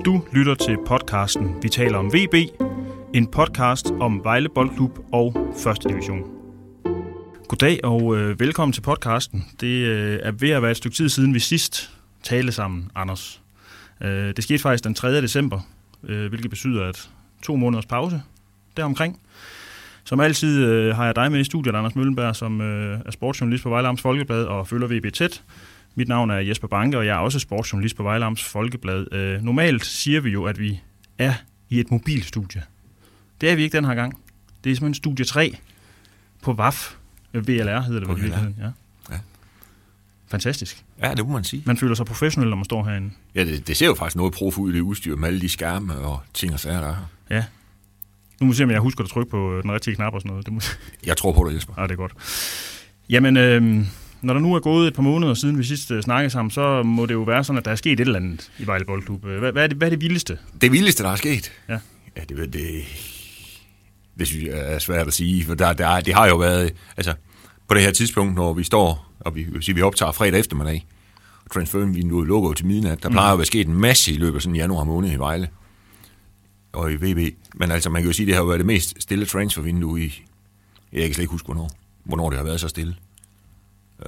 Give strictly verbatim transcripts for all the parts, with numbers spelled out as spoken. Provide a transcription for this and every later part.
Du lytter til podcasten Vi taler om V B, en podcast om Vejle Boldklub og første division. Goddag og øh, velkommen til podcasten. Det øh, er ved at være et stykke tid siden, vi sidst talte sammen, Anders. Øh, det skete faktisk den tredje december, øh, hvilket betyder, at to måneders pause deromkring. Som altid øh, har jeg dig med i studiet, Anders Møllenberg, som øh, er sportsjournalist på Vejle Amts Folkeblad og følger V B tæt. Mit navn er Jesper Banke, og jeg er også sportsjournalist på Vejle Amts Folkeblad. Øh, normalt siger vi jo, at vi er i et mobilstudie. Det er vi ikke den her gang. Det er simpelthen studie tre på V A F. V L R hedder det vel. Ja. Ja. Fantastisk. Ja, det må man sige. Man føler sig professionel, når man står herinde. Ja, det, det ser jo faktisk noget prof ud i det udstyr med alle de skærme og ting og sager, der er. Ja. Nu må vi se, om jeg husker at trykke på den rigtige knap og sådan noget. Det må... Jeg tror på dig, Jesper. Ja, det er godt. Jamen, øh, når der nu er gået et par måneder siden vi sidst snakkede sammen, så må det jo være sådan, at der er sket et eller andet i Vejle Boldklub. Hvad, hvad, er, det, hvad er det vildeste? Det vildeste, der er sket? Ja. Ja, det, det, det synes jeg er svært at sige, for der, der, det har jo været... Altså, på det her tidspunkt, når vi står, og vi, vi optager fredag eftermiddag, og transfervinduet lukker jo til midnat, der plejer jo at være sket en masse i løbet af sådan januar måned i Vejle og i V B. Men altså, man kan jo sige, at det har jo været det mest stille transfervindue i... Jeg kan slet ikke huske, hvornår, hvornår det har været så stille. Øh,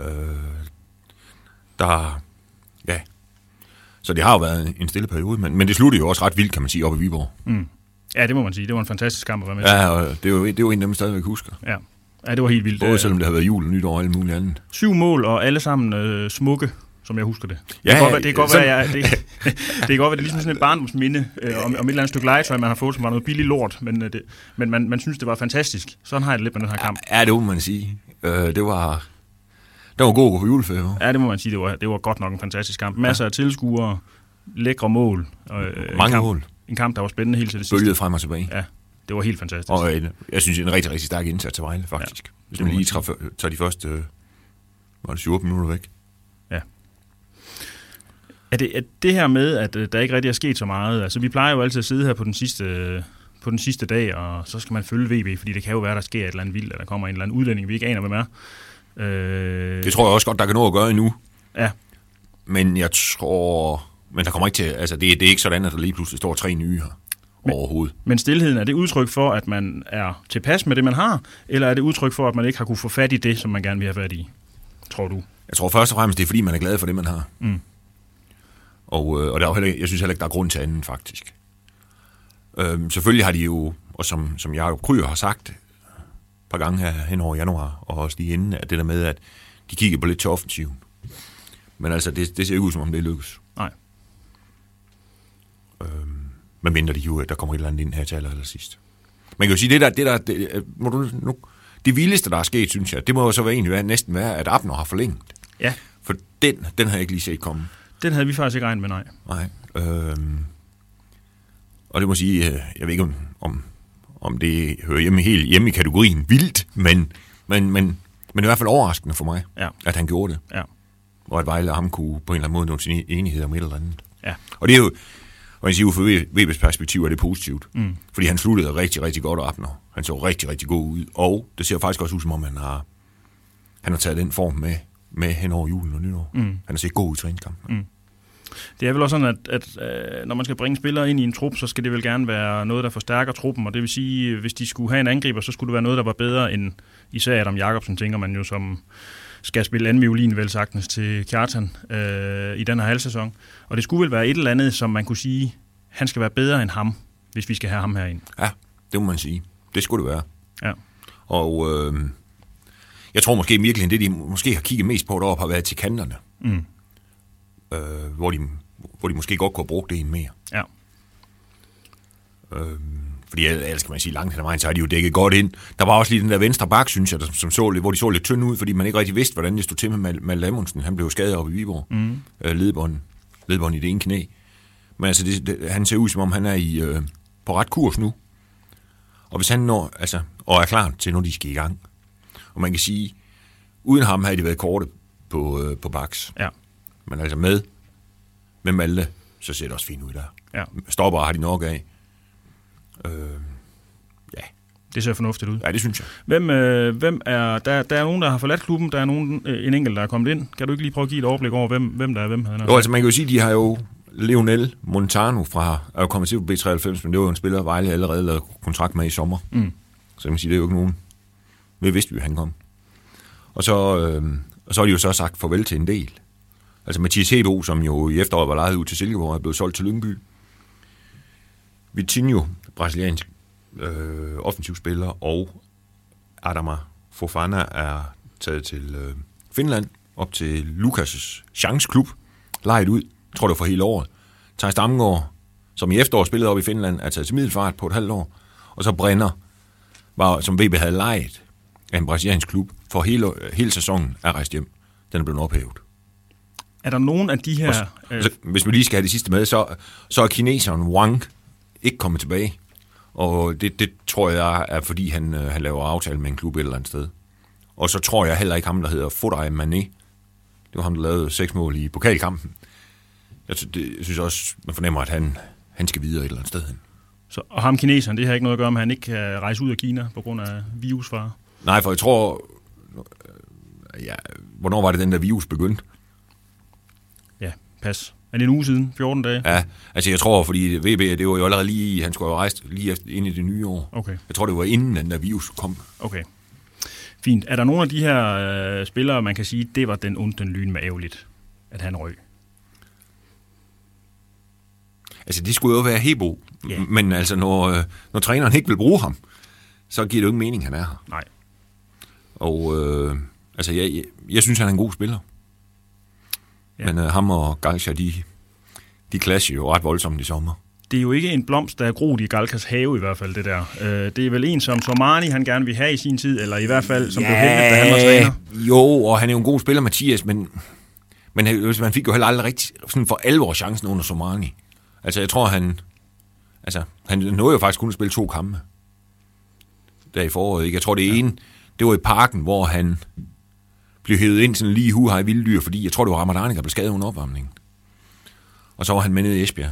der... Ja. Så det har jo været en stille periode, men, men det sluttede jo også ret vildt, kan man sige, oppe i Viborg. Mm. Ja, det må man sige. Det var en fantastisk kamp at være med til. Ja, og det er jo, det er jo en af dem, stadigvæk husker. Ja. Ja, det var helt vildt. Både selvom det har været jul og nytår og alt muligt andet. Syv mål, og alle sammen øh, smukke, som jeg husker det. Ja, det kan godt, det godt være, jeg, det, det kan godt være, det er ligesom sådan et barndomsminde øh, om, om et eller andet stykke legetøj, man har fået, som var noget billigt lort, men, øh, det, men man, man synes, det var fantastisk. Sådan har jeg det lidt med den her kamp. Ja, det må man sige. Øh, det var... Det var god at gå på juleferie. Ja, det må man sige. Det var, det var godt nok en fantastisk kamp. Masser af tilskuere, lækre mål. Øh, Mange kamp, mål. En kamp, der var spændende helt til det sidste. Bølgede frem og tilbage. Ja, det var helt fantastisk. Og en, jeg synes, det er en rigtig, rigtig stærk indsats til Vejle, faktisk. Ja, hvis man lige tager, tager de første var det syv minutter væk. Ja. Er det, er det her med, at der ikke rigtig er sket så meget? Altså, vi plejer jo altid at sidde her på den sidste... på den sidste dag, og så skal man følge V B, fordi det kan jo være, der sker et eller andet vildt, eller der kommer en eller anden udlænding, vi ikke aner, hvem er. Øh... Det tror jeg også godt, der kan nå at gøre endnu. Ja. Men jeg tror... Men der kommer ikke til... Altså, det, det er ikke sådan, at der lige pludselig står tre nye her men, overhovedet. Men stilheden, er det udtryk for, at man er tilpas med det, man har, eller er det udtryk for, at man ikke har kunne få fat i det, som man gerne vil have fat i, tror du? Jeg tror først og fremmest, det er fordi, man er glad for det, man har. Mm. Og, og der er heller, jeg synes heller ikke, der er grund til anden, faktisk. Øhm, selvfølgelig har de jo, og som, som Jakob Kryer har sagt et par gange her hen over januar, og også lige inden, at det der med, at de kigger på lidt til offensiven. Men altså, det, det ser ikke ud, som om det lykkes. Nej. Øhm, men mindre de jo, at der kommer et eller andet ind her til aller, aller sidst. Man kan jo sige, det der, det der, det, må du, nu, det vildeste, der er sket, synes jeg, det må jo så være, egentlig være, næsten være, at Abner har forlænget. Ja. For den, den har jeg ikke lige set komme. Den havde vi faktisk ikke regnet med, nej. Nej. Øhm, og det må sige, jeg ved ikke, om, om, om det hører hjemme, helt hjemme i kategorien vildt, men, men, men, men i hvert fald overraskende for mig, ja. At han gjorde det. Ja. Og at Vejle og ham kunne på en eller anden måde nå sin enighed om et eller andet. Ja. Og det er jo, og jeg siger, fra V B's perspektiv er det positivt. Mm. Fordi han sluttede rigtig, rigtig godt og Abner. Han så rigtig, rigtig god ud. Og det ser faktisk også ud, som om han har, han har taget den form med, med hen over julen og nytår. Mm. Han har set god ud i træningskampen. Mm. Det er vel også sådan, at, at, at når man skal bringe spillere ind i en trup, så skal det vel gerne være noget, der forstærker truppen. Og det vil sige, hvis de skulle have en angriber, så skulle det være noget, der var bedre end især Adam Jacobsen, tænker man jo, som skal spille anden violin vel sagtens til Kjartan øh, i den her halvsæson. Og det skulle vel være et eller andet, som man kunne sige, han skal være bedre end ham, hvis vi skal have ham herind. Ja, det må man sige. Det skulle det være. Ja. Og øh, jeg tror måske virkelig, det de måske har kigget mest på deroppe, har været til kanterne. Mm. Øh, hvor, de, hvor de måske godt kunne have brugt det en mere. Ja. Øh, fordi ellers kan man sige, langt hen ad vejen, så har de jo dækket godt ind. Der var også lige den der venstre bak, synes jeg, der, som så, hvor de så lidt tynd ud, fordi man ikke rigtig vidste, hvordan det stod til med Malte Amundsen. Han blev skadet oppe i Viborg. Mm. Øh, ledbånd, ledbånd i det ene knæ. Men altså, det, det, han ser ud, som om han er i, øh, på ret kurs nu. Og hvis han når, altså, og er klar til, når de skal i gang. Og man kan sige, uden ham havde de været korte på, øh, på baks. Ja. Men altså med, med Malte, så ser det også fint ud der. Ja. Stopper har de nok af. Øh, ja. Det ser fornuftigt ud. Ja, det synes jeg. Hvem, øh, hvem er, der, der er nogen, der har forladt klubben, der er nogen, øh, en enkelt, der er kommet ind. Kan du ikke lige prøve at give et overblik over, hvem, hvem der er hvem? Jo, altså man kan jo sige, de har jo Leonel Montano fra, er jo kommet til på B treoghalvfems, men det var jo en spiller, Vejle allerede lavede kontrakt med i sommer. Mm. Så jeg kan sige, det er jo ikke nogen. Vi vidste, at han kom. Og så, øh, og så har de jo så sagt farvel til en del. Altså Mathias Hebo, som jo i efteråret var lejet ud til Silkeborg, er blevet solgt til Lyngby. Vitinho, brasiliansk øh, offensivspiller, og Adama Fofana er taget til øh, Finland, op til Lukas' Chance-klub, lejet ud, jeg tror det var for hele året. Thijs Damgaard, som i efteråret spillede op i Finland, er taget til Middelfart på et halvt år. Og så Brenner, var, som V B havde lejet af en brasiliansk klub, for hele, hele sæsonen er rejst hjem. Den er blevet ophævet. Er der nogen af de her... Så, øh... så, hvis vi lige skal have det sidste med, så, så er kineseren Wang ikke kommet tilbage. Og det, det tror jeg er, fordi han, han laver aftale med en klub et eller andet sted. Og så tror jeg heller ikke ham, der hedder Foday Mané. Det var ham, der lavede seks mål i pokalkampen. Jeg, det, jeg synes også, man fornemmer, at han, han skal videre et eller andet sted hen. Så, og ham kineseren, det har ikke noget at gøre med, at han ikke kan rejse ud af Kina på grund af virusfare? Nej, for jeg tror... Ja, hvornår var det, den der virus begyndte? Ja, pas. Er det en uge siden? fjorten dage? Ja, altså jeg tror, fordi V B, det var jo allerede lige... Han skulle jo rejse lige efter, ind i det nye år. Okay. Jeg tror, det var inden den der virus kom. Okay. Fint. Er der nogle af de her øh, spillere, man kan sige, det var den ondt, den lyn med ærgerligt, at han røg? Altså, det skulle jo være Hebo. Yeah. Men altså, når, når træneren ikke vil bruge ham, så giver det jo ikke mening, han er her. Nej. Og øh, altså, jeg, jeg, jeg synes, han er en god spiller. Ja. Men øh, ham og Galcha, de, de clasher jo ret voldsomt i sommer. Det er jo ikke en blomst, der er groet i Galkas have i hvert fald, det der. Øh, det er vel en, som Somani han gerne vil have i sin tid, eller i hvert fald, som ja, blev hentet, da han var træner. Jo, og han er jo en god spiller, Mathias, men, men man fik jo heller aldrig rigtig sådan for alvor chancen under Somani. Altså, jeg tror, han... Altså, han nåede jo faktisk kun at spille to kampe. Der i foråret, ikke? Jeg tror, det ene, det var i Parken, hvor han blev hævet ind sådan lige hu, har i vilddyr, fordi jeg tror, det var Ramadani, der blev skadet under opvarmningen. Og så var han med nede i Esbjerg.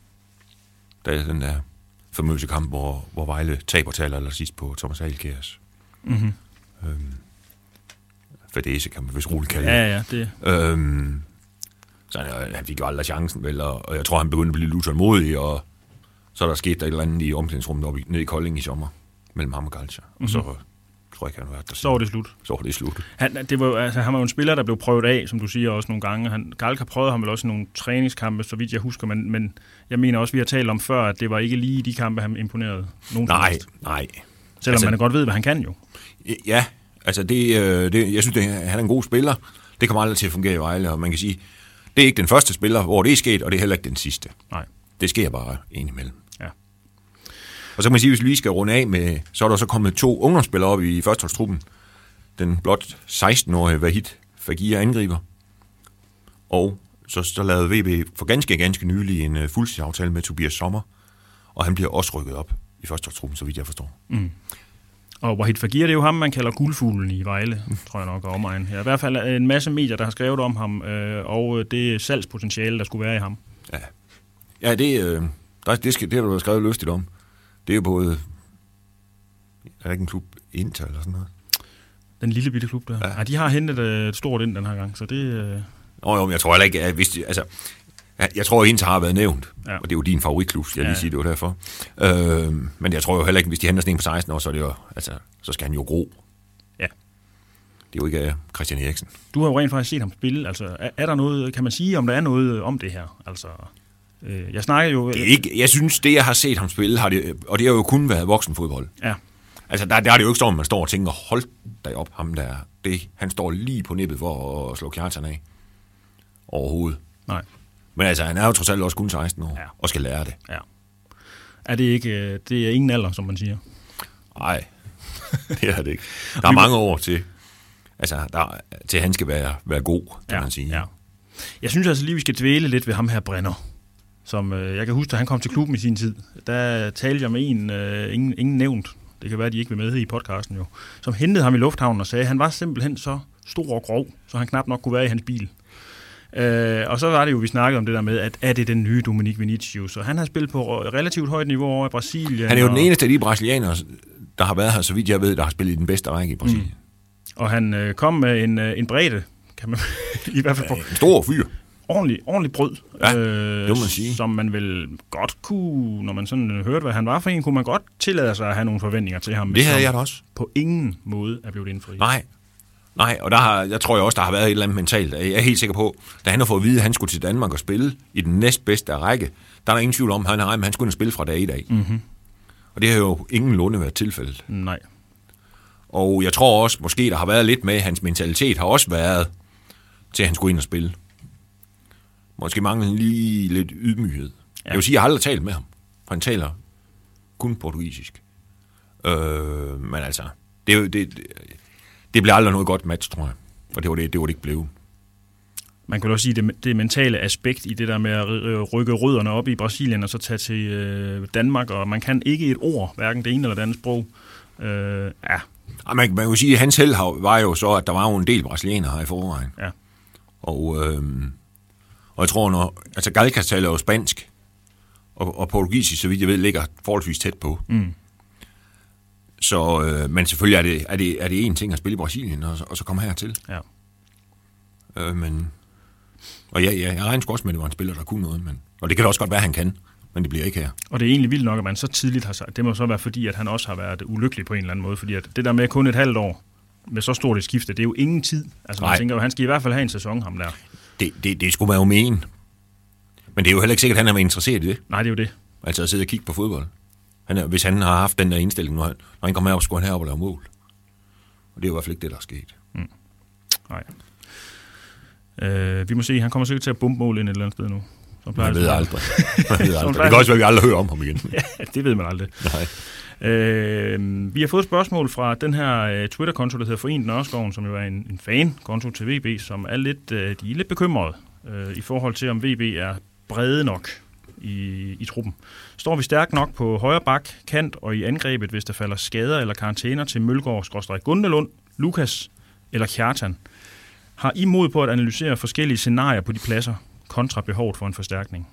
Der er den der famøse kamp, hvor, hvor Vejle taber til aller sidst på Thomas Ahlkjærs. Mm-hmm. Øhm, fadese, kan man vist roligt kalde det. Ja, ja, det... Øhm, så han, han fik jo aldrig chancen, vel, og, og jeg tror, han begyndte at blive lidt utålmodig, og så er der sket der et eller andet i omklædningsrummet oppe nede i Kolding i sommer, mellem ham og Galcha. Mm-hmm. Og så tror jeg ikke, han har været der. Så var det slut. Så var det slut. Han, det var, altså, han var jo en spiller, der blev prøvet af, som du siger også nogle gange. Han, Galcha prøvede ham vel også i nogle træningskampe, så vidt jeg husker, men, men jeg mener også, vi har talt om før, at det var ikke lige de kampe, han imponerede nogen. Nej, nej. Selvom altså, man godt ved, hvad han kan jo. Ja, altså det, det, jeg synes, det, han er en god spiller. Det kommer aldrig til at fungere i Vejle, og man kan sige, det er ikke den første spiller, hvor det er sket, og det er heller ikke den sidste. Nej. Det sker bare indimellem. Ja. Og så kan man sige, hvis vi lige skal runde af med, så er der så kommet to ungdomsspillere op i førsteholdstruppen. Den blot seksten-årige Vahid Fagir angriber. Og så, så lavede V B for ganske, ganske nylig en uh, fuldtidsaftale med Tobias Sommer, og han bliver også rykket op i førsteholdstruppen, så vidt jeg forstår. Mm. Og Vahid Fagir, det er jo ham, man kalder guldfuglen i Vejle, mm. tror jeg nok, og omegn. Ja, i hvert fald en masse medier, der har skrevet om ham, øh, og det salgspotentiale, der skulle være i ham. Ja, ja det, øh, der, det, skal, det har du skrevet lystigt om. Det er jo både... Er der ikke en klub Inter eller sådan noget? Den lille bitte klub der. Ja. Ja, de har hentet et stort ind den her gang, så det... Øh... Nå jo, men jeg tror heller ikke... At hvis de, altså, jeg, jeg tror, at Inter har været nævnt, ja. Og det er jo din favoritklub, skal jeg lige ja. sige, det var derfor. Øh, men jeg tror jo heller ikke, hvis de henter sådan en på seksten år, så, er det jo, altså, så skal han jo gro. Ja. Det er jo ikke uh, Christian Eriksen. Du har jo rent faktisk set ham spille. Altså, er, er der noget... Kan man sige, om der er noget om det her? Altså... Jeg snakker jo... Det er ikke, jeg synes, det jeg har set ham spille, har det, og det har jo kun været voksenfodbold. Ja. Altså, der, der er det jo ikke sådan, at man står og tænker, hold da op, ham der. Det, han står lige på nippet for at slå Kjartan af. Overhovedet. Nej. Men altså, han er jo trods alt også kun seksten år, ja. Og skal lære det. Ja. Er det ikke... Det er ingen alder, som man siger? Nej, det er det ikke. Der er mange år til, altså, der, til han skal være, være god, kan ja. man sige. Ja. Jeg synes altså lige, vi skal dvæle lidt ved ham her Brenner. Som øh, jeg kan huske, da han kom til klubben i sin tid, der talte jeg med en, øh, ingen, ingen nævnt, det kan være, at de ikke vil med i podcasten jo, som hentede ham i lufthavnen og sagde, at han var simpelthen så stor og grov, så han knap nok kunne være i hans bil. Øh, og så var det jo, vi snakkede om det der med, at er det den nye Dominic Vinicius, og han har spillet på relativt højt niveau over i Brasilien. Han er jo og... den eneste af de brasilianere, der har været her, så vidt jeg ved, der har spillet i den bedste række i Brasilien. Mm. Og han øh, kom med en, en bredde, kan man i hvert fald... Ja, en stor fyr. ordentligt, ordentligt brød, ja, øh, det må man sige. Som man vel godt kunne, når man sådan hørte, hvad han var for en, kunne man godt tillade sig at have nogle forventninger til ham. Det havde jeg da også. På ingen måde er blevet indfriet. Nej, nej, og der har, jeg tror jeg også, der har været et eller andet mentalt. Jeg er helt sikker på, da han har fået at vide, at han skulle til Danmark og spille i den næstbedste række, der er der ingen tvivl om, at han har regnet med, at han skulle spille fra dag i dag. Mm-hmm. Og det har jo ingenlunde været tilfældet. Nej. Og jeg tror også, måske der har været lidt med, hans mentalitet har også været til, at han skulle ind og spille. Måske mangler lige lidt ydmyghed. Ja. Jeg vil sige, at jeg har aldrig talt med ham, for han taler kun portugisisk. Øh, men altså, det, det, det bliver aldrig noget godt match, tror jeg. Og det var det, det, var det ikke blevet. Man kan også sige, det, det mentale aspekt i det der med at rykke rødderne op i Brasilien og så tage til øh, Danmark, og man kan ikke et ord, hverken det ene eller det andet sprog. Øh, ja. Man, man kan sige, at hans helhav var jo så, at der var jo en del brasilianere her i forvejen. Ja. Og, øh, og jeg tror, når... Altså, Galcas taler jo spansk, og, og portugisisk, så vidt jeg ved, ligger forholdsvis tæt på. Mm. Så, øh, men selvfølgelig er det, er, det, er det en ting at spille i Brasilien, og, og så komme hertil. Ja. Øh, men... Og ja, ja, jeg regner sgu også med, at det var en spiller, der kunne noget, men... Og det kan da også godt være, at han kan, men det bliver ikke her. Og det er egentlig vildt nok, at man så tidligt har sagt, det må så være fordi, at han også har været ulykkelig på en eller anden måde, fordi at det der med kun et halvt år, med så stort et skifte, det er jo ingen tid. Altså man Nej. tænker jo, han skal i hvert fald have en sæson, ham der. Det, det, det skulle man jo mene. Men det er jo heller ikke sikkert, at han er interesseret i det. Nej, det er jo det. Altså at sidde og kigge på fodbold. Han er, hvis han har haft den der indstilling, når han, når han kommer herop, skulle han herop og lave mål. Og det er jo i hvert fald ikke det, der er sket. Mm. Nej. Øh, vi må se, han kommer sikkert til at bombe mål ind et eller andet sted nu. Man ved aldrig. Man ved aldrig. Det kan også være, at vi aldrig hører om ham igen. Ja, det ved man aldrig. Nej. Øh, vi har fået et spørgsmål fra den her uh, Twitter-konto, der hedder Forenet Nørreskoven, som jo er en, en fan-konto til V B, som er lidt, uh, de er lidt bekymrede uh, i forhold til, om V B er brede nok i, i truppen. Står vi stærkt nok på højre bak, kant og i angrebet, hvis der falder skader eller karantæner til Mølgaard-Gundelund, Lukas eller Kjartan? Har I mod på at analysere forskellige scenarier på de pladser kontra behovet for en forstærkning?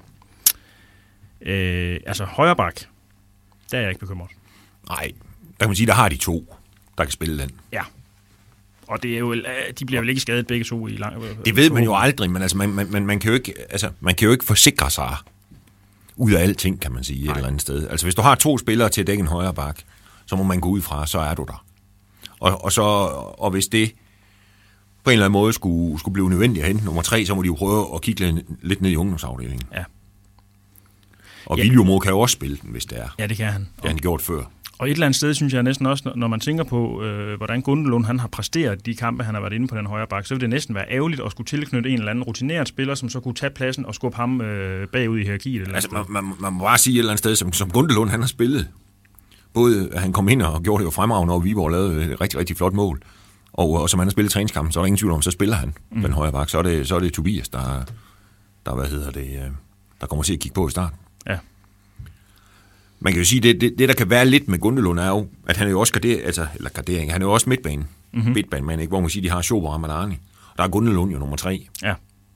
Øh, altså højre bak, der er jeg ikke bekymret. Nej, der kan man sige, der har de to, der kan spille den. Ja, og det er jo, de bliver vel ikke skadet begge to i lang... Det ved man jo aldrig, men altså, man, man, man, kan jo ikke, altså, man kan jo ikke forsikre sig ud af alting, kan man sige, Nej. et eller andet sted. Altså hvis du har to spillere til at dække en højre bak, så må man gå ud fra, så er du der. Og, og, så, og hvis det på en eller anden måde skulle, skulle blive nødvendigt at hente nummer tre, så må de jo prøve at kigge lidt, lidt ned i ungdomsafdelingen. Ja. Og ja. Viljamo kan jo også spille den, hvis det er. Ja, det kan han. Det har han gjort før. Og et eller andet sted, synes jeg næsten også, når man tænker på, øh, hvordan Gundelund han har præsteret de kampe, han har været inde på den højre bak, så vil det næsten være ærgerligt at skulle tilknytte en eller anden rutineret spiller, som så kunne tage pladsen og skubbe ham øh, bagud i hierarkiet. Eller altså, man, man, man må bare sige et eller andet sted, som, som Gundelund han har spillet. Både at han kom ind og gjorde det jo fremragende, og Viborg lavede et rigtig, rigtig flot mål. Og, og som han har spillet træningskampen, så er der ingen tvivl om, så spiller han mm. den højre bak. Så er det, så er det Tobias, der, der, hvad hedder det, der kommer til at kigge på i starten. Ja. Man kan jo sige, det, det, det der kan være lidt med Gundelund er jo, at han er jo også gardering, altså, eller gardering, han er jo også midtbane, mm-hmm. midtbanemand, ikke? Hvor man kan sige, de har Schober og Ramadani. Der er Gundelund jo nummer tre. Ja.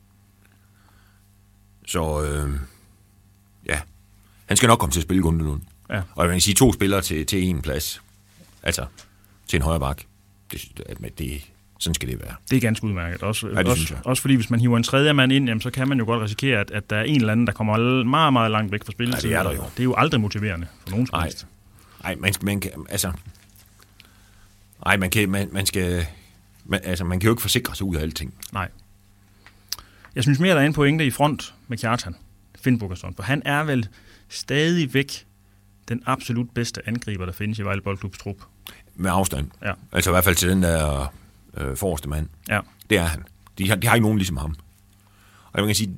Så, øh, ja, han skal nok komme til at spille Gundelund. Ja. Og man kan sige, to spillere til, til en plads, altså til en højre bak. Det, det, sådan skal det være. Det er ganske udmærket. Også, ja, også, også fordi, hvis man hiver en tredje mand ind, jamen, så kan man jo godt risikere, at, at der er en eller anden, der kommer meget, meget langt væk fra spillet. Ja, det er der jo. Det er jo aldrig motiverende for nogen som helst. Nej, man, man kan, altså... Nej, man kan, man, man skal... Man, altså, man kan jo ikke forsikre sig ud af alting. Nej. Jeg synes mere, der er en pointe i front med Kjartan, Finn Bogason, for han er vel stadigvæk den absolut bedste angriber, der findes i Vejle Boldklubs trup. Med afstand. Ja. Altså i hvert fald til den der øh, forreste mand. Ja. Det er han. De har, de har ikke nogen ligesom ham. Og jeg kan sige,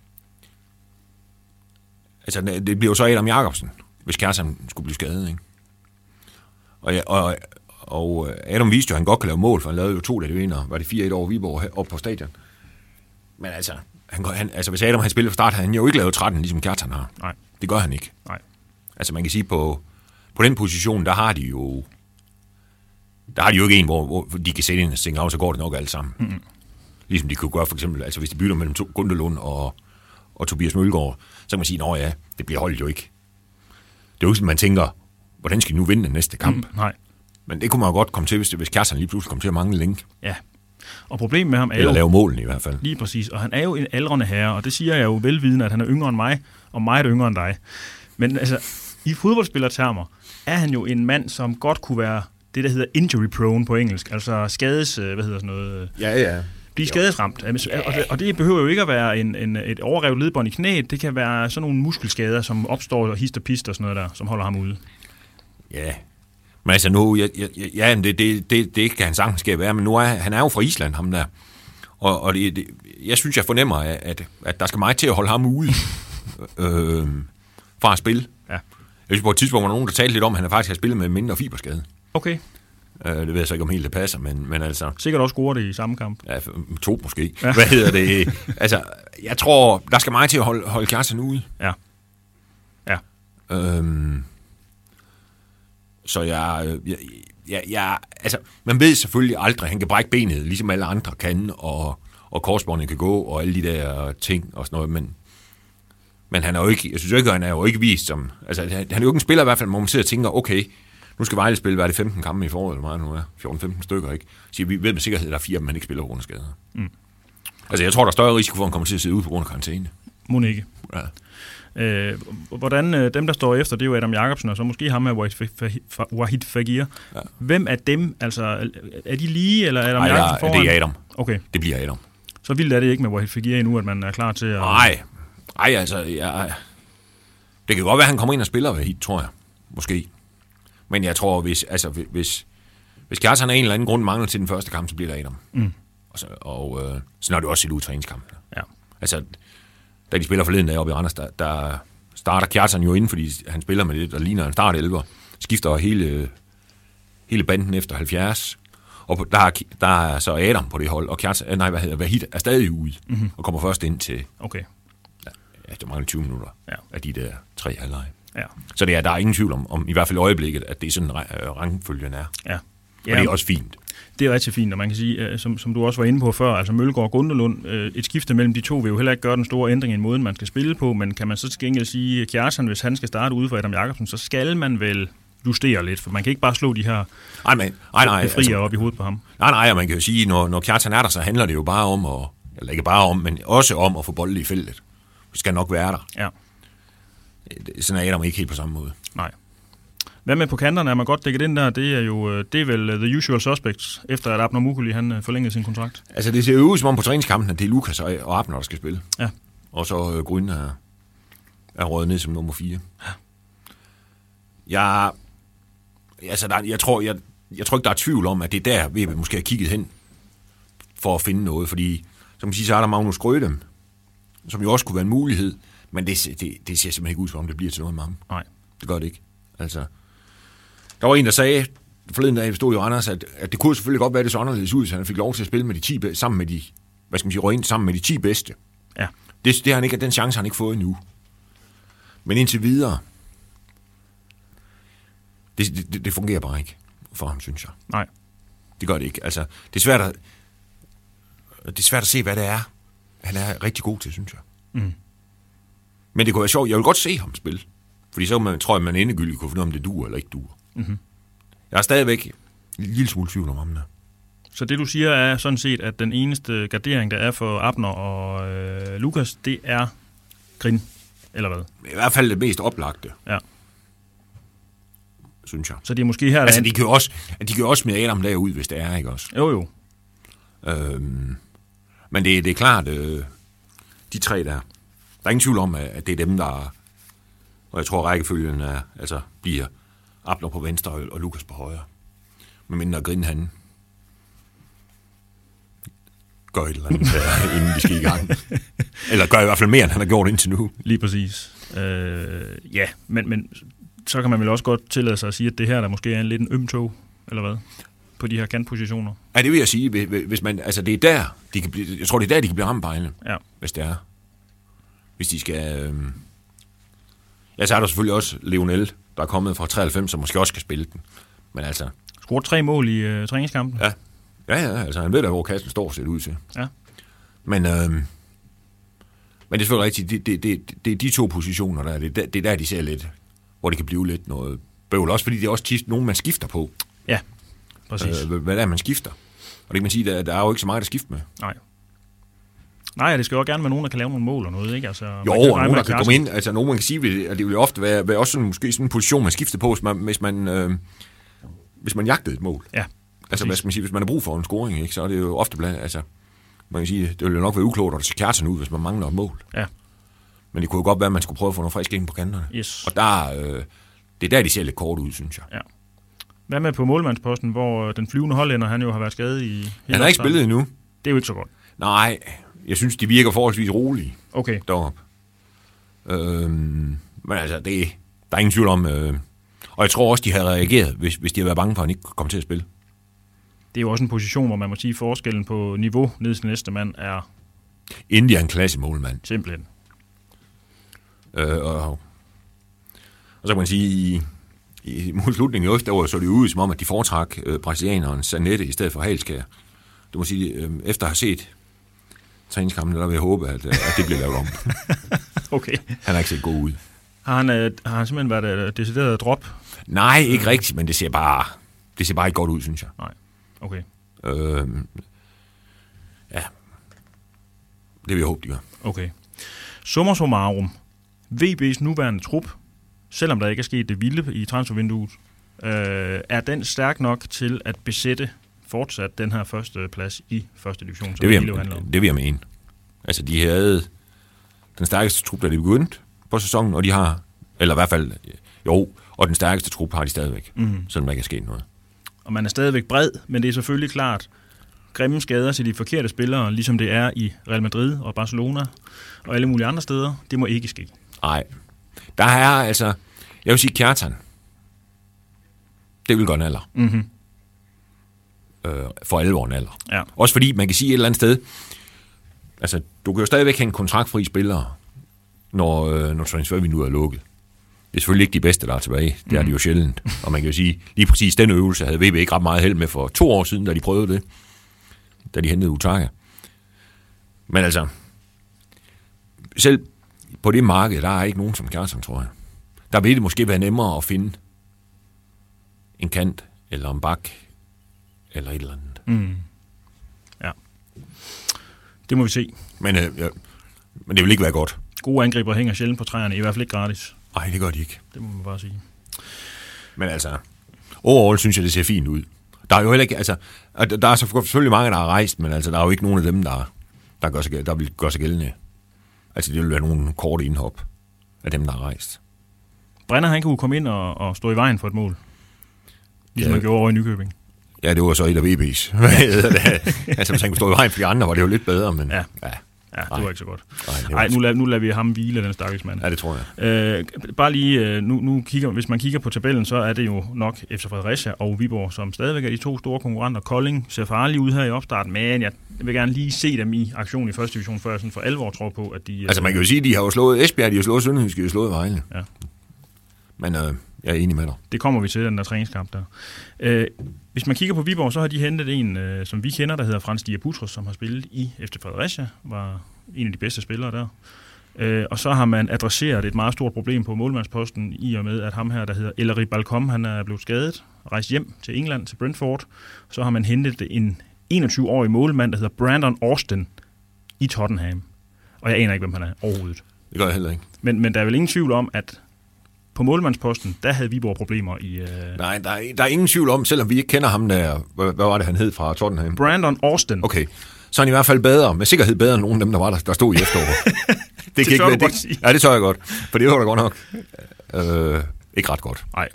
altså det bliver jo så Adam Jacobsen, hvis Kjartan skulle blive skadet, ikke? Og, og, og Adam viste jo, at han godt kan lave mål, for han lavede jo to, da det vinder, var det fire et over Viborg op på stadion. Men altså, han, han, altså hvis Adam han spillede fra start, havde han jo ikke lavet tretten, ligesom Kjartan har. Nej. Det gør han ikke. Nej. Altså man kan sige, på, på den position, der har de jo der har de jo ikke en, hvor, hvor de kan sætte ind og tænke, så går det nok alt sammen. Mm-hmm. Ligesom de kunne gøre for eksempel, altså hvis de bytter mellem Gundelund og, og Tobias Mølgaard, så kan man sige, nå ja, det bliver holdt jo ikke. Det er jo ikke sådan, man tænker, hvordan skal de nu vinde den næste kamp? Mm, nej. Men det kunne man jo godt komme til, hvis, hvis Kjartan lige pludselig kom til at mangle længe. Ja, Og problemet med ham er Eller jo... lave målene i hvert fald. Lige præcis, og han er jo en aldrende herre, og det siger jeg jo velvidende, at han er yngre end mig, og meget yngre end dig. Men altså, i fodboldspillertermer er han jo en mand, som godt kunne være det, der hedder injury prone på engelsk, altså skades... Hvad hedder sådan noget... Ja, ja. Blive skadesramt. Og det, og det behøver jo ikke at være en, en, et overrevet ledbånd i knæet. Det kan være sådan nogle muskelskader, som opstår og hist og pist og sådan noget der, som holder ham ude. Ja, men altså nu, ja, ja, ja det, det, det, det kan han sagtens skal være, men nu er han er jo fra Island, ham der. Og, og det, det, jeg synes, jeg fornemmer, at, at der skal meget til at holde ham ude øh, fra at spille. Ja. Jeg synes på et tidspunkt, var der nogen, der talte lidt om, at han faktisk har spillet med mindre fiberskade. Okay. Øh, det ved jeg så ikke, om helt det passer, men, men altså... Sikkert også scorer det i samme kamp. Ja, to måske. Ja. Hvad hedder det? Altså, jeg tror, der skal meget til at holde, holde Kjartan ude. Ja. Ja. Øhm, så jeg, jeg, jeg, jeg... Altså, man ved selvfølgelig aldrig, han kan brække benet, ligesom alle andre kan, og, og korsbåndet kan gå, og alle de der ting og sådan noget, men... Men han er jo ikke... Jeg synes jo ikke, han er jo ikke vist som... Altså, han er jo ikke en spiller i hvert fald, hvor man sidder og tænker, okay... Nu skal Vejle spille, hvad er det, femten kampe i foråret, eller meget nu er? fjorten femten stykker, ikke? Så vi ved med sikkerhed, at der er fire, men ikke spiller på grund af skader. Mm. Altså, jeg tror, der er større risiko for, at han kommer til at sidde ude på grund af karantæne. Må ikke. Ja. Øh, hvordan øh, dem, der står efter, det er jo Adam Jacobsen, og så måske ham med Wahid Fagir. Ja. Hvem af dem, altså, er de lige, eller er Adam Ej, Jacobsen foran? det er Adam. Okay. Det bliver Adam. Så vildt er det ikke med Wahid Fagir endnu, at man er klar til at... Nej, nej, altså, jeg... det kan godt være, at han kommer ind og spiller Wahid, tror jeg. Måske. Men jeg tror, hvis, altså, hvis, hvis Kjartan af en eller anden grund mangler til den første kamp, så bliver der Adam. Mm. Og, så, og øh, så er det også set ud i træningskampen. Ja. Altså, da de spiller forleden deroppe i Randers, der, der starter Kjartan jo inden, fordi han spiller med det, der ligner en startelver. Skifter hele, hele banden efter halvfjerds. Og der er, der er så Adam på det hold, og Kjartan, nej, hvad hedder, Wahid er stadig ude, mm-hmm. og kommer først ind til... Okay. Ja, efter mange tyve minutter ja. Af de der tre halvleje. Ja. Så det er, der er ingen tvivl om, om, i hvert fald i øjeblikket, at det er sådan, rangfølgen er. Ja. Og ja, det er også fint. Det er rigtig fint, og man kan sige, som, som du også var inde på før, altså Mølgaard og Gundelund, et skifte mellem de to vil jo heller ikke gøre den store ændring i en måde, man skal spille på, men kan man så til gengæld sige, Kjartan, hvis han skal starte ude for Adam Jacobsen, så skal man vel justere lidt, for man kan ikke bare slå de her nej, men, nej, nej, frier altså, op i hovedet på ham. Nej, nej, og man kan jo sige, når, når Kjartan er der, så handler det jo bare om, at, eller ikke bare om, men også om at få bolden i feltet. Vi skal nok være der. Ja. Sådan er Adam ikke helt på samme måde. Nej. Hvad med på kanterne? Er man godt dækket ind der? Det er jo det er vel the usual suspects, efter at Abner Mukhli han forlængede sin kontrakt. Altså det ser jo ud som om på træningskampen, at det er Lukas og Abner, der skal spille. Ja. Og så øh, Grøn er, er røget ned som nummer fire. Ja. Jeg, altså der, jeg, tror, jeg, jeg tror ikke, der er tvivl om, at det er der, vi måske har kigget hen for at finde noget. Fordi, som man siger, så er der Magnus Grødem, som jo også kunne være en mulighed. Men det, det, det ser simpelthen ikke ud, som om det bliver til noget med ham. Nej. Det gør det ikke. Altså, der var en, der sagde, forleden dag, vi stod i Randers, at, at det kunne selvfølgelig godt være, det så anderledes ud, så han fik lov til at spille med de ti, sammen med de, hvad skal man sige, røg ind sammen med de ti bedste. Ja. Det, det har han ikke, den chance har han ikke fået endnu. Men indtil videre, det, det, det fungerer bare ikke for ham, synes jeg. Nej. Det gør det ikke. Altså, det er svært at, det er svært at se, hvad det er. Han er rigtig god til, synes jeg. Mm. Men det kunne være sjovt. Jeg vil godt se ham spille. Fordi så man, tror jeg, man endegyldigt kunne finde om det duer eller ikke duer. Mm-hmm. Jeg er stadigvæk en lille smule tvivl om ham der. Så det, du siger, er sådan set, at den eneste gardering, der er for Abner og øh, Lukas, det er Grin, eller hvad? I hvert fald det mest oplagte. Ja. Synes jeg. Så det er måske her... Altså, de kan jo også, de kan jo også smide Adam derud, hvis det er, ikke også? Jo, jo. Øhm, men det, det er klart, øh, de tre der. Der er ingen tvivl om, at det er dem, der... Og jeg tror, rækkefølgen er, altså, bliver Abner på venstre og Lukas på højre. Men mindre Grin, han gør et eller andet, der, inden de skal i gang. Eller gør i hvert fald mere, end han har gjort indtil nu. Lige præcis. Øh, ja, men, men så kan man vel også godt tillade sig at sige, at det her der måske er en lidt en øm tog, eller hvad? På de her kantpositioner. Ja, det vil jeg sige. Hvis man, altså, det er der, de kan blive, jeg tror, det er der, de kan blive ramt bejle. Ja. Hvis det er. Hvis de skal... Øh, ja, så er der selvfølgelig også Leonel, der er kommet fra treoghalvfems, som måske også skal spille den. Men altså... Scoret tre mål i øh, træningskampen. Ja. Ja, ja, altså han ved da, hvor kassen står set ud til. Ja. Men, øh, men det er selvfølgelig rigtigt, det, det, det, det er de to positioner, der det, det er der, de ser lidt, hvor det kan blive lidt noget bøvl. Også fordi det er også tit nogen, man skifter på. Ja, præcis. Øh, hvad er man skifter? Og det kan man sige, der, der er jo ikke så meget at skifte med. Nej. Nej, det skal jo gerne være nogen, der kan lave nogle mål og noget, ikke? Altså, jo, og nogen, der kan komme ind. Altså, nogen, man kan sige, at det vil ofte være, være også sådan, måske sådan en position, man skifter på, hvis man, hvis man, øh, hvis man jagtede et mål. Ja. Altså, hvad skal man sige, hvis man har brug for en scoring, ikke, så er det jo ofte blandt, altså, man kan sige, det vil jo nok være uklogt, at det ser Kjartan ud, hvis man mangler et mål. Ja. Men det kunne jo godt være, at man skulle prøve at få noget frisk ind på kanterne. Yes. Og der, øh, det er der, de ser lidt kort ud, synes jeg. Ja. Hvad med på målmandsposten, hvor den flyvende hollænder, han jo har været skadet i... Han har ikke spillet endnu. Det er jo ikke så godt. Nej, jeg synes, de virker forholdsvis rolige. Okay. Deroppe. Øhm, men altså, det, der er ingen tvivl om... Øh, og jeg tror også, de havde reageret, hvis, hvis de havde været bange for, at han ikke kom til at spille. Det er jo også en position, hvor man må sige, forskellen på niveau ned til næste mand er... India er en klasse målmand. Simpelthen. Øh, og, og så kan man sige, i, i mod slutningen i øst, der var så det ud som om, at de foretrak øh, brasilianeren Zanetti i stedet for Halskær. Du må sige, øh, efter at have set træningskampen, der vil jeg håbe, at, at det bliver lavet om. Okay. Han har ikke set god ud. Har han, øh, har han simpelthen været øh, decideret drop? Nej, ikke rigtigt, men det ser bare, det ser bare ikke godt ud, synes jeg. Nej, okay. Øh, ja, det vil jeg håbe, de gør. Okay. Summa summarum. V B's nuværende trup, selvom der ikke er sket det vilde i transfervinduet, øh, er den stærk nok til at besætte fortsat den her første plads i første division, som det vil, det jeg, handler om. det vil jeg mene. Altså, de havde den stærkeste trup, da de begyndte på sæsonen, og de har, eller i hvert fald, jo, og den stærkeste trup har de stadigvæk, mm. selvom der ikke er sket noget. Og man er stadigvæk bred, men det er selvfølgelig klart, grimme skader til de forkerte spillere, ligesom det er i Real Madrid og Barcelona og alle mulige andre steder, det må ikke ske. Nej. Der er altså, jeg vil sige Kjartan. Det vil godt en alder. Mm-hmm. Øh, for alvor en alder. Ja. Også fordi, man kan sige et eller andet sted, altså, du kan jo stadigvæk have en kontraktfri spiller, når, øh, når transfervinduet er lukket. Det er selvfølgelig ikke de bedste, der er tilbage. Det er mm. det jo sjældent. Og man kan jo sige, lige præcis den øvelse havde V B ikke ret meget held med for to år siden, da de prøvede det. Da de hentede Utaka. Men altså, selv på det marked, der er ikke nogen som Kjartan, tror jeg. Der vil det måske være nemmere at finde en kant, eller en bak, eller et eller andet. Mm. Ja. Det må vi se. Men, øh, ja, men det vil ikke være godt. Gode angriber hænger sjældent på træerne, i hvert fald ikke gratis. Nej, det gør de ikke. Det må man bare sige. Men altså, overall synes jeg, det ser fint ud. Der er jo heller ikke, altså, der er selvfølgelig mange, der har rejst, men altså, der er jo ikke nogen af dem, der, der, gør sig, der vil gøre sig gældende. Altså, det vil være nogle korte indhop af dem, der har rejst. Brenner, han kunne komme ind og, og stå i vejen for et mål. Ligesom ja. Man gjorde over i Nykøbing. Ja, det var så et af V B's. Altså, hvis han kunne stå i vejen for de andre, var det jo lidt bedre, men... Ja. ja. Ja, det var ikke så godt. Nej, nu, lader, nu lader vi ham hvile, den stakkels mand. Ja, det tror jeg. Øh, bare lige, nu, nu kigger, hvis man kigger på tabellen, så er det jo nok F C Fredericia og Viborg, som stadigvæk er de to store konkurrenter. Kolding ser farlige ud her i opstarten, men jeg vil gerne lige se dem i aktion i første division, før jeg sådan for alvor tror på, at de... Altså, man kan jo sige, at de har jo slået Esbjerg, de har slået Sønderjyske, de har slået Vejle. Ja. Men øh, jeg er enig med dig. Det kommer vi til, den der træningskamp der. Øh, hvis man kigger på Viborg, så har de hentet en, øh, som vi kender, der hedder Frans Diabutros, som har spillet i F C Fredericia, var en af de bedste spillere der. Øh, og så har man adresseret et meget stort problem på målmandsposten, i og med, at ham her, der hedder Ellery Balcom, han er blevet skadet, rejst hjem til England, til Brentford. Så har man hentet en enogtyve-årig målmand, der hedder Brandon Austin, i Tottenham. Og jeg aner ikke, hvem han er overhovedet. Det gør jeg heller ikke. Men, men der er vel ingen tvivl om, at på målmandsposten, der havde Viborg problemer i... Øh... Nej, der er, der er ingen tvivl om, selvom vi ikke kender ham der... Hvad, hvad var det, han hed fra Tottenham? Brandon Austin. Okay, så er han i hvert fald bedre, med sikkerhed bedre end nogen af dem, der var der, der stod i efteråret. det det tør du godt sige. Ja, det tør jeg godt, for det var da godt nok øh, ikke ret godt. Nej.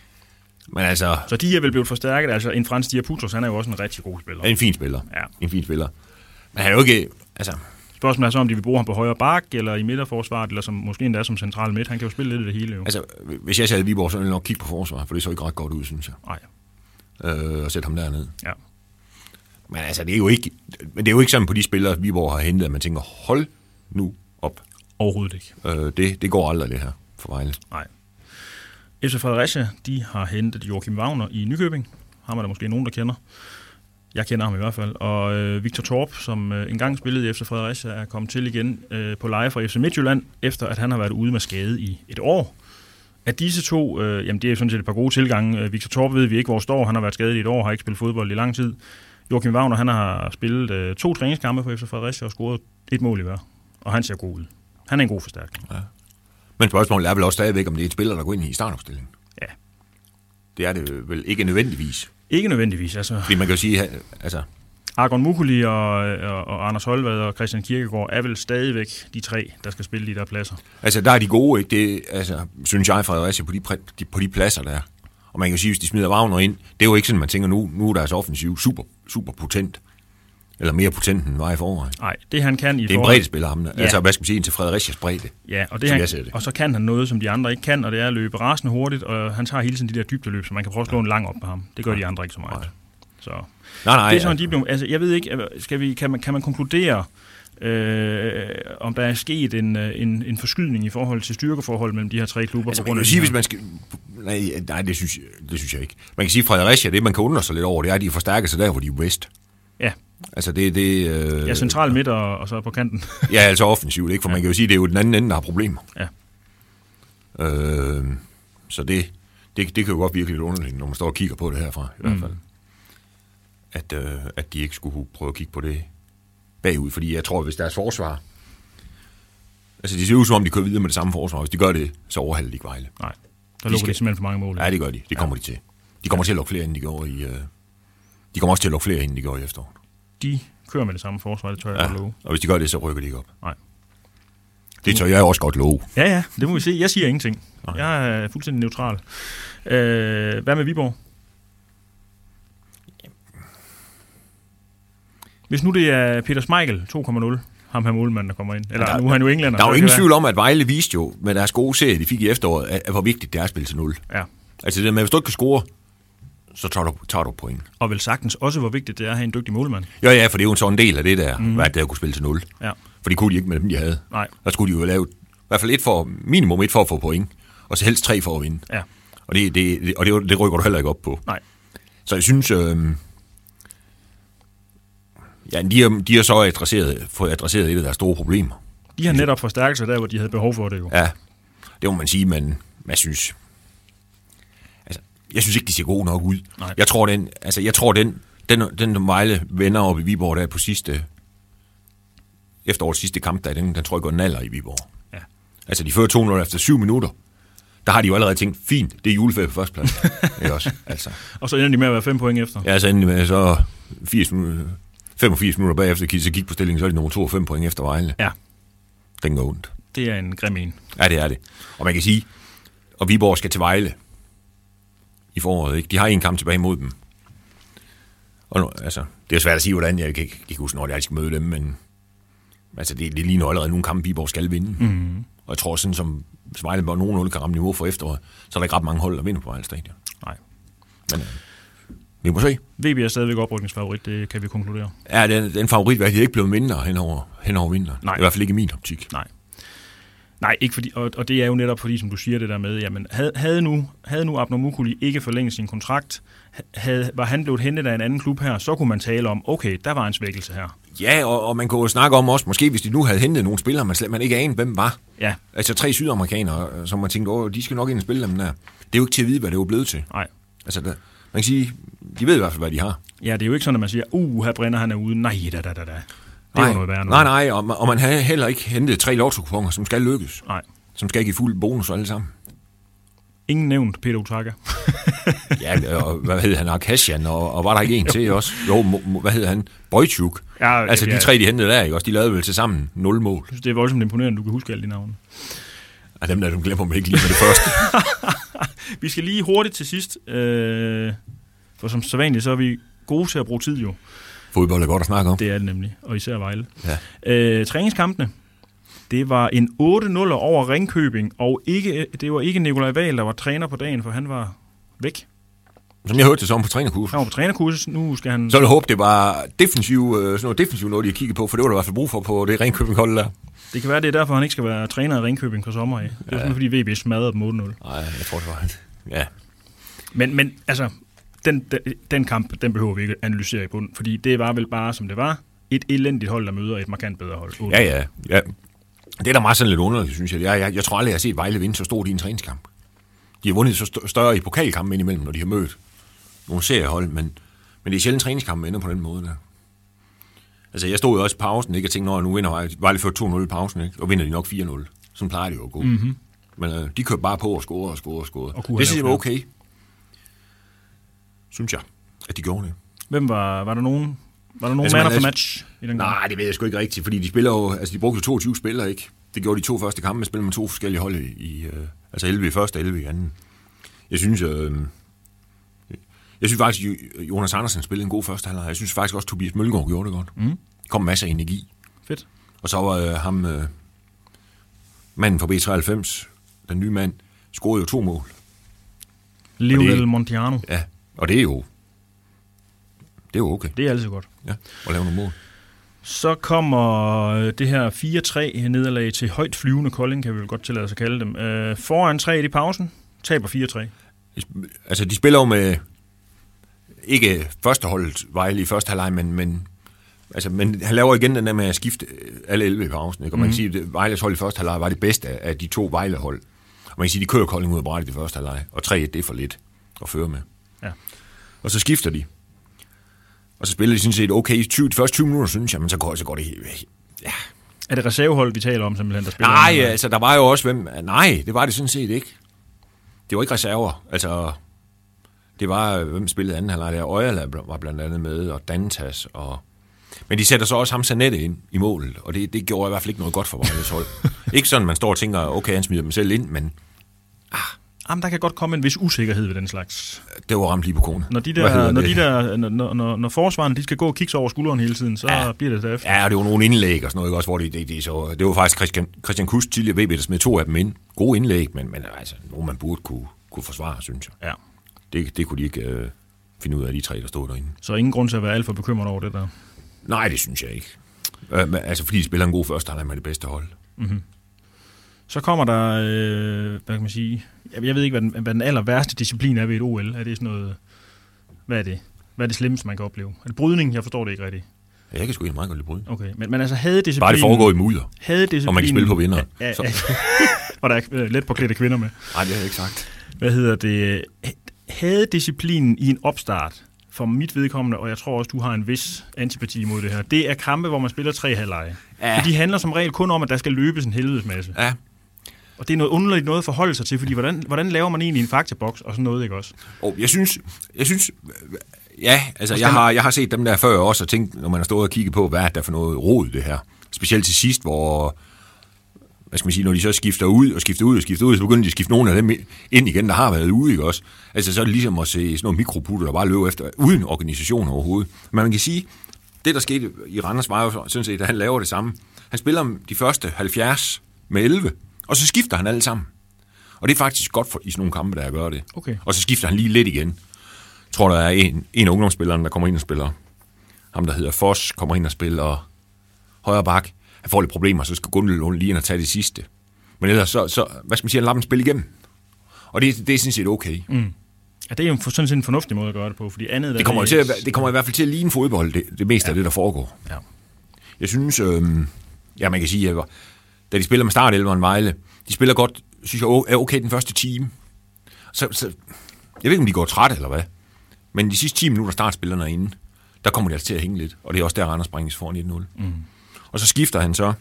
Men altså... Så de er vel blevet forstærket, altså en Frans Diabutros, han er jo også en rigtig god spiller. En fin spiller. Ja. En fin spiller. Men han er jo ikke... Altså... Spørgsmålet er så, om de vil bruge ham på højre bak, eller i midterforsvaret, eller som, måske endda som central midt. Han kan jo spille lidt af det hele, jo. Altså, hvis jeg sad i Viborg, så ville jeg nok kigge på forsvaret, for det så ikke ret godt ud, synes jeg. Nej. Øh, og sætte ham derned. Ja. Men altså, det er jo ikke, men det er jo ikke sådan på de spillere, Viborg har hentet, at man tænker, hold nu op. Overhovedet ikke. Øh, det, det går aldrig, det her, for Vejle. Nej. F C Fredericia, de har hentet Joachim Wagner i Nykøbing. Ham er der måske nogen, der kender. Jeg kender ham i hvert fald. Og øh, Victor Torp, som øh, engang spillede i F C Fredericia, er kommet til igen øh, på leje fra F C Midtjylland, efter at han har været ude med skade i et år. At disse to, øh, jamen det er sådan set et par gode tilgange. Victor Torp ved vi ikke, hvor står. Han har været skadet i et år, har ikke spillet fodbold i lang tid. Joachim Wagner, han har spillet øh, to træningskampe for F C Fredericia og scoret et mål i hver. Og han ser god ud. Han er en god forstærkning. Ja. Men spørgsmålet er vel også stadigvæk, om det er et spiller, der går ind i startopstillingen. Ja. Det er det vel ikke nødvendigvis. Ikke nødvendigvis, altså. Fordi man kan jo sige, altså... Argon Mukuli og, og, og Anders Holvad og Christian Kirkegaard er vel stadigvæk de tre, der skal spille de der pladser. Altså, der er de gode, ikke? Det, altså, synes jeg, Fredericia, på de, de, på de pladser, der er. Og man kan jo sige, hvis de smider Wagner ind, det er jo ikke sådan, man tænker, nu, nu er deres offensiv super, super potent. Eller mere potent, end var i forvejen. Nej, det han kan i Det er en breddespiller, ham. Ja. Altså, hvad skal man sige, til Fredericias bredde. Ja, og, det han, det. og så kan han noget, som de andre ikke kan, og det er at løbe rasende hurtigt, og han tager hele tiden de der dybdeløb, så man kan prøve at slå en lang op på ham. Det gør ja. de andre ikke så meget. Nej. Så nej, nej, det er sådan, ja. de blev, altså, jeg ved ikke, skal vi, kan, man, kan man konkludere, øh, om der er sket en, en, en forskydning i forhold til styrkeforhold mellem de her tre klubber? Altså, på grund man kan sige, hvis man skal... Nej, nej det, synes jeg, det synes jeg ikke. Man kan sige, at Fredericia, det man kan undre sig lidt over, det er, at de forstærker sig der, hvor de er bedst. Ja. Altså det... det øh, ja, central midt og, og så på kanten. Ja, altså offensivt, ikke? For ja. man kan jo sige, at det er jo den anden ende, der har problemer. Ja. Øh, så det, det, det kan jo godt virke lidt underligt, når man står og kigger på det herfra, i mm. hvert fald. At, øh, at de ikke skulle prøve at kigge på det bagud, fordi jeg tror, hvis deres forsvar... Altså, det ser ud som om, de kører videre med det samme forsvar. Hvis de gør det, så overhalder de ikke Vejle. Nej, der lukker de, de simpelthen for mange mål. Ja, det gør de. Det kommer ja. de til. De kommer ja. til at lukke flere, end de går i... Øh, de kommer også til at lukke flere, end de går i efteråret. De kører med det samme forsvar, det tør jeg ja. godt love. Og hvis de gør det, så rykker de ikke op. Nej. Det tør jeg også godt love. Ja, ja, det må vi se. Jeg siger ingenting. Nej. Jeg er fuldstændig neutral. Øh, hvad med Viborg? Hvis nu det er Peter Schmeichel to komma nul, ham her målmand, der kommer ind. Eller der, nu er han jo englænder. Der er jo ingen tvivl om, at Vejle viste jo med deres gode serie, de fik i efteråret, at, at hvor vigtigt det er at spille til nul. Ja. Altså det med, hvis du ikke kan score, så tager du, tager du point. Og vel sagtens også, hvor vigtigt det er at have en dygtig målmand. Ja, ja, for det er jo en sådan del af det der, mm. at det er at kunne spille til nul. Ja. For det kunne de ikke med dem, de havde. Nej. Der skulle de jo lave i hvert fald et for, minimum et for at få point, og så helst tre for at vinde. Ja. Og det, det, og det, det rykker du heller ikke op på. Nej. Så jeg synes... Øh, Ja, de har, de har så adresseret, fået adresseret et af deres store problemer. De har netop forstærket sig der, hvor de havde behov for det jo. Ja, det må man sige, men jeg synes... Altså, jeg synes ikke, de ser gode nok ud. Nej. Jeg tror, den, altså, jeg tror den, den, den Vejle venner oppe i Viborg, der på sidste... Efterårets sidste kampdag, den, den tror jeg går en alder i Viborg. Ja. Altså, de fører to nul efter syv minutter. Der har de jo allerede tænkt, fint, det er juleferie på førsteplads. Ikke også? Altså. Og så ender de med at være fem point efter. Ja, så ender de med så firs minutter... femogfirs minutter bagefter, så gik på stillingen, så er de nummer to og fem point efter Vejle. Ja. Den går ondt. Det er en grim en. Ja, det er det. Og man kan sige, og Viborg skal til Vejle i foråret, ikke? De har en kamp tilbage mod dem. Og nu, altså, det er svært at sige, hvordan jeg kan ikke, ikke huske, når de skal møde dem, men altså, det, det ligner allerede nogle kampe, Viborg skal vinde. Mm-hmm. Og jeg tror sådan, som hvis Vejle bare nogenlunde kan ramme niveau for efteråret, så er der ikke ret mange hold, der vinder på Vejle Stadion. Nej. Men vi må se. V B er stadigvæk oprykningsfavorit, det kan vi konkludere. Ja, den, den favorit er ikke blevet mindre hen over, hen over vinteren. Nej. I hvert fald ikke i min optik. Nej. Nej, ikke fordi, og, og det er jo netop fordi, som du siger det der med, jamen, havde, havde nu, havde nu Abner Mukuli ikke forlænget sin kontrakt, havde, var han blevet hentet af en anden klub her, så kunne man tale om, okay, der var en svækkelse her. Ja, og, og man kunne jo snakke om også, måske hvis de nu havde hentet nogle spillere, man slet man ikke anede, hvem var. Ja. Altså tre sydamerikanere, som man tænkte, åh, de skal nok ind og spille dem der. Det er jo ikke til at vide, hvad det var blevet til. Nej. Altså, der, man kan sige, de ved i hvert fald, hvad de har. Ja, det er jo ikke sådan, at man siger, uh, her brænder han er ude. Nej, da, da, da, da. Det nej, var noget værre. Nej, nej, og, og man har heller ikke hentet tre lotto-kuponer, som skal lykkes. Nej. Som skal give fuld bonus alle sammen. Ingen nævnt Peter Utaka. Ja, og hvad hed han? Arkasjan, og, og var der ikke en til også? Jo, mo, mo, hvad hed han? Bojtjuk. Ja, altså, de ja, tre, de hentede der, ikke også? De lavede vel til sammen nul mål. Det er voldsomt imponerende, du kan huske alle de navne. Ja, dem der, du glemmer mig ikke lige med det første. Vi skal lige hurtigt til sidst, øh, for som sædvanligt, så er vi gode til at bruge tid jo. Fodbold er godt at snakke om. Det er det nemlig, og især Vejle. Ja. Øh, træningskampene, det var en otte nul over Ringkøbing, og ikke, det var ikke Nikolaj Wahl, der var træner på dagen, for han var væk. Som jeg hørte det som på trænerkursus. Han var på trænerkursus, nu skal han... Så jeg håber, det var defensiv, sådan noget defensiv noget, de har kigget på, for det var der i hvert fald brug for på det Ringkøbing-hold der. Det kan være, det er derfor, han ikke skal være træner i Ringkøbing på sommer af. Det er ja. Simpelthen, fordi V B smadrede dem otte nul. Nej, jeg tror, det var det. Ja. Men, men altså, den, den, den kamp, den behøver vi ikke analysere i bunden, fordi det var vel bare, som det var, et elendigt hold, der møder et markant bedre hold. Ja, ja, ja. Det er da meget sådan lidt underligt, synes jeg. Jeg, jeg, jeg tror aldrig, jeg har set Vejle vinde så stort i en træningskamp. De har vundet så større i pokalkampen indimellem, når de har mødt nogle seriehold, men, Men det er sjældent træningskampen ender på den måde der. Altså, jeg stod jo også i pausen, ikke? Jeg tænkte, når nu vinder Vejle. Vejle ført to nul i pausen, ikke? Og vinder de nok fire nul. Sådan plejer det jo at gå. Mm-hmm. Men øh, de kørte bare på og score og score og score. Og det synes jeg var okay. Synes jeg, at de gjorde det. Hvem var, var der nogen, var der nogen altså, man of the match i den Nej, det ved jeg sgu ikke rigtigt, fordi de spiller jo, altså de brugte jo toogtyve spillere, ikke? Det gjorde de to første kampe, med spiller med to forskellige hold i, i øh, altså elleve i første og elleve i anden. Jeg synes, øh, jeg synes faktisk, Jonas Andersen spillede en god første halvleg. Jeg synes faktisk også, Tobias Mølgaard gjorde det godt. Mm. Kom masser af energi. Fedt. Og så var øh, ham, øh, manden fra B treoghalvfems, den nye mand, scorede jo to mål. Lionel Montiano. Ja, og det er jo, det er jo okay. Det er altid godt. Ja, at lave nogle mål. Så kommer det her fire tre nederlag til højt flyvende Kolding, kan vi vel godt tillade os at kalde dem. Øh, foran tre i pausen, taber fire tre. Altså, de spiller jo med, ikke førsteholdet Vejle i første halvleg, men, men, altså, men han laver igen den der med at skifte alle elleve i pausen. Ikke? Og man kan sige, at Vejles hold i første halvleg var det bedste af de to Vejle-hold. Og man kan sige, at de kører Kolding ud af brættet i første halvleg, og tre et, det er for lidt at føre med. Ja. Og så skifter de. Og så spiller de sådan set okay i tyve, de første tyve minutter, synes jeg, men så går, så går det helt... Ja. Er det reservehold, vi taler om simpelthen, der spiller? Nej, altså der var jo også hvem... Nej, det var det sådan set ikke. Det var ikke reserver. Altså, det var, hvem spillede anden halvleg der. Øjerlad var blandt andet med, og Dantas, og... Men de sætter så også ham Sanette ind i målet, og det, det gjorde i hvert fald ikke noget godt for Vejles hold. Ikke sådan, man står og tænker, okay, han smider dem selv ind, men... Ah. Jamen, der kan godt komme en vis usikkerhed ved den slags. Det var ramt lige på kone. Når de der, når, de der, når, når, når forsvarerne de skal gå og kigge over skulderen hele tiden, så ja. bliver det derefter. Ja, og det var nogle indlæg og sådan noget, også, hvor de, de, de så... Det var faktisk Christian, Christian Kust, tidligere V B, der smed to af dem ind. Gode indlæg, men, men altså, nogle man burde kunne, kunne forsvare, synes jeg. Ja. Det, det kunne de ikke øh, finde ud af, de tre, der stod derinde. Så ingen grund til at være alt for bekymret over det der? Nej, det synes jeg ikke. Øh, altså, fordi de spiller en god første halvleg med det bedste hold. Mm-hmm. Så kommer der, øh, hvad kan man sige, jeg ved ikke, hvad den, hvad den aller værste disciplin er ved et O L. Er det sådan noget, hvad er det? Hvad er det slemmeste, man kan opleve? Er det brydning? Jeg forstår det ikke rigtigt. Ja, jeg kan sgu ikke meget godt lide brydning. Okay, men, men altså havde disciplinen... Bare det foregår i mudder, havde disciplinen, og man kan spille på vinder. Ja, ja, og der er øh, let påklædte kvinder med. Nej, det har jeg ikke sagt. Hvad hedder det? Havde disciplinen i en opstart, for mit vedkommende, og jeg tror også, du har en vis antipati imod det her, det er kampe, hvor man spiller tre halvleje. Ja. De handler som regel kun om, at der skal løbes en helvedesmasse. Ja. Og det er noget underligt noget at forholde sig til, fordi hvordan, hvordan laver man egentlig en faktaboks og sådan noget, ikke også? Oh, jeg synes, jeg synes, ja, altså jeg har, jeg har set dem der før også, og tænkt, når man har stået og kigget på, hvad er der for noget rod det her. Specielt til sidst, hvor, hvad skal man sige, når de så skifter ud og skifter ud og skifter ud, så begynder de at skifte nogle af dem ind igen, der har været ude, ikke også? Altså så er det ligesom at se sådan nogle mikroputter, der bare løber efter, uden organisation overhovedet. Men man kan sige, det der skete i Randers var jo sådan set, at han laver det samme. Han spiller de første halvfjerds med elleve. Og så skifter han alle sammen. Og det er faktisk godt for, i sådan nogle kampe, der gør det. Okay. Og så skifter han lige lidt igen. Jeg tror, der er en, en af ungdomsspillerne, der kommer ind og spiller. Ham, der hedder Foss, kommer ind og spiller højre bak. Han får lidt problemer, så skal Gundelund lige ind og tage det sidste. Men ellers så, så hvad skal man sige, han lader dem spille igennem. Og det, det er sådan set okay. Mm. Ja, det er jo sådan set en fornuftig måde at gøre det på, fordi andet... Det kommer, det, til at, det kommer i hvert fald til at ligne fodbold, det, det meste ja. af det, der foregår. Ja. Jeg synes, øh, ja, man kan sige, at da de spiller med startelveren Vejle, de spiller godt, synes jeg, er okay den første time. Så, så, jeg ved ikke, om de går træt eller hvad, men de sidste ti minutter startspillerne er inde, der kommer de altså til at hænge lidt, og det er også der, Randers bringes foran et nul. Mm. Og så skifter han så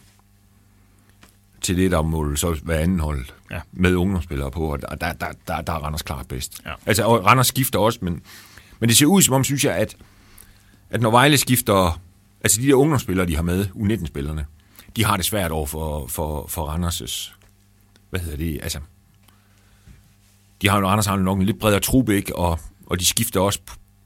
til det, der må så være andenholdet ja. med ungdomsspillere på, og der, der, der, der, der er Randers klart bedst. Ja. Altså, og Randers skifter også, men, men det ser ud som om, synes jeg, at, at når Vejle skifter, altså de der ungdomsspillere, de har med, U nitten-spillerne, de har det svært over for, for, for Randers' hvad hedder det, altså de har jo Randers har nok en lidt bredere trup, ikke, og, og de skifter også,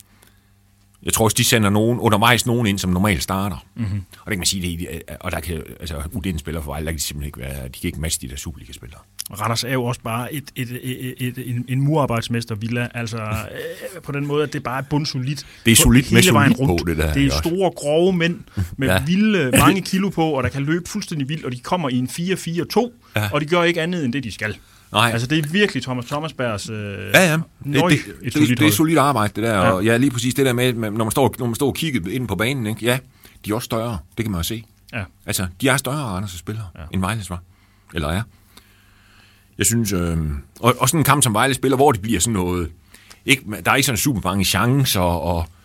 jeg tror også, de sender nogen, undervejs nogen ind, som normalt starter. Mm-hmm. Og det kan man sige, det, og der kan, altså U nitten-spillere for Vejle, der kan de simpelthen ikke være, de kan ikke matche de der Superliga-spillere. Randers er jo også bare et, et, et, et, et, en, en murarbejdsmester-villa, altså øh, på den måde, at det bare er bundsolidt. Det er solidt med solid på det der. Det er store, grove mænd med ja. vilde, mange kilo på, og der kan løbe fuldstændig vildt, og de kommer i en fire fire to, ja. og de gør ikke andet end det, de skal. Nej. Altså det er virkelig Thomas Thomasbergs øh, ja, ja. nøj, det, det, det, det er solidt arbejde, det der. Ja. Og ja, lige præcis det der med, når man står, når man står og kigger ind på banen, ikke? Ja, de er også større, det kan man jo se. Ja. Altså, de er større Randers' spillere, ja. end Vejles var. Eller er. Jeg synes, øh, og, og sådan en kamp som Vejle spiller, hvor det bliver sådan noget, ikke, der er ikke sådan super mange chancer, og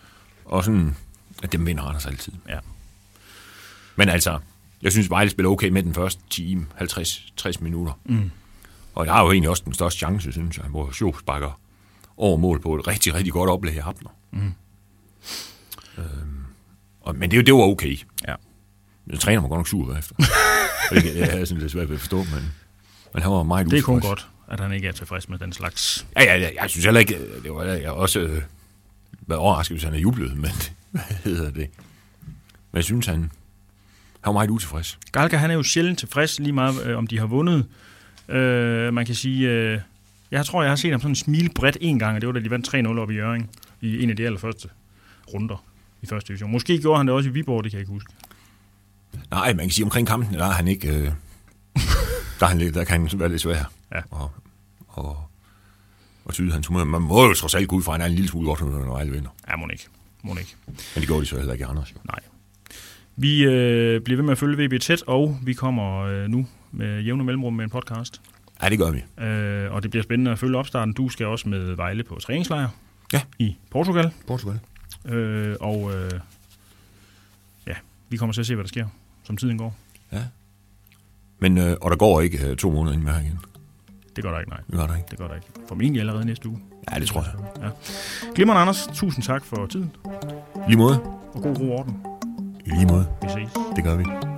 Og sådan, at dem vinder Randers altid. Ja. Men altså, jeg synes, Vejle spiller okay med den første time, halvtreds til tres minutter. Mm. Og jeg har jo egentlig også den største chance, synes jeg, hvor Schoop sparker over mål på et rigtig, rigtig godt oplæg i Hapner. Mm. Øhm, og, men det, det var okay. Ja. Jeg træner mig godt nok sur efter. det, det er sådan lidt svært ved at forstå, men, men han var meget utilfreds. Det er kun godt, at han ikke er tilfreds med den slags. Ja, ja, ja jeg synes heller ikke, det var jeg også øh, været overrasket, hvis han er jublet, men hvad hedder det? Men jeg synes, han, han var meget utilfreds. Galka, han er jo sjældent tilfreds, lige meget øh, om de har vundet. Øh, man kan sige, øh, jeg tror, jeg har set ham sådan smile bredt en gang, og det var da de vandt tre nul op i Hjørring i en af de allerførste runder i første division. Måske gjorde han det også i Viborg, det kan jeg ikke huske. Nej, man kan sige, omkring kampen, der er han ikke... Øh, der, han, der kan han være lidt svær. Ja. Og, og, og tyde hans humør. Man må jo trods alt gå ud fra, at han er en lille smule godt, når Vejle vinder. Ja, må ikke. Må ikke. Men det går de så heller ikke i Randers, jo. Nej. Vi øh, bliver ved med at følge V B tæt, og vi kommer øh, nu med jævne mellemrum med en podcast. Ja, det gør vi. Øh, og det bliver spændende at følge opstarten. Du skal også med Vejle på træningslejr. Ja. I Portugal. Portugal. Øh, og øh, ja, vi kommer til at se, hvad der sker, som tiden går. Ja. Men, øh, og der går ikke øh, to måneder inden med her igen. Det går der ikke, nej. Det gør der ikke. Det gør der ikke. Formentlig allerede næste uge. Ja, det tror jeg. Ja. Glimrende, Anders. Tusind tak for tiden. I lige måde. Og god ro orden. I lige måde. Vi ses. Det gør vi.